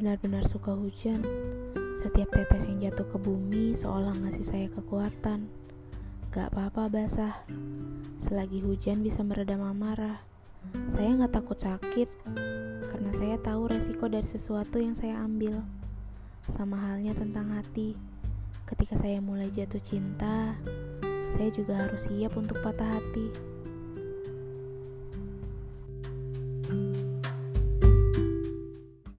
benar-benar suka hujan. Setiap tetes yang jatuh ke bumi seolah ngasih saya kekuatan. Gak apa-apa basah, selagi hujan bisa meredam amarah. Saya gak takut sakit, karena saya tahu resiko dari sesuatu yang saya ambil. Sama halnya tentang hati, ketika saya mulai jatuh cinta, saya juga harus siap untuk patah hati.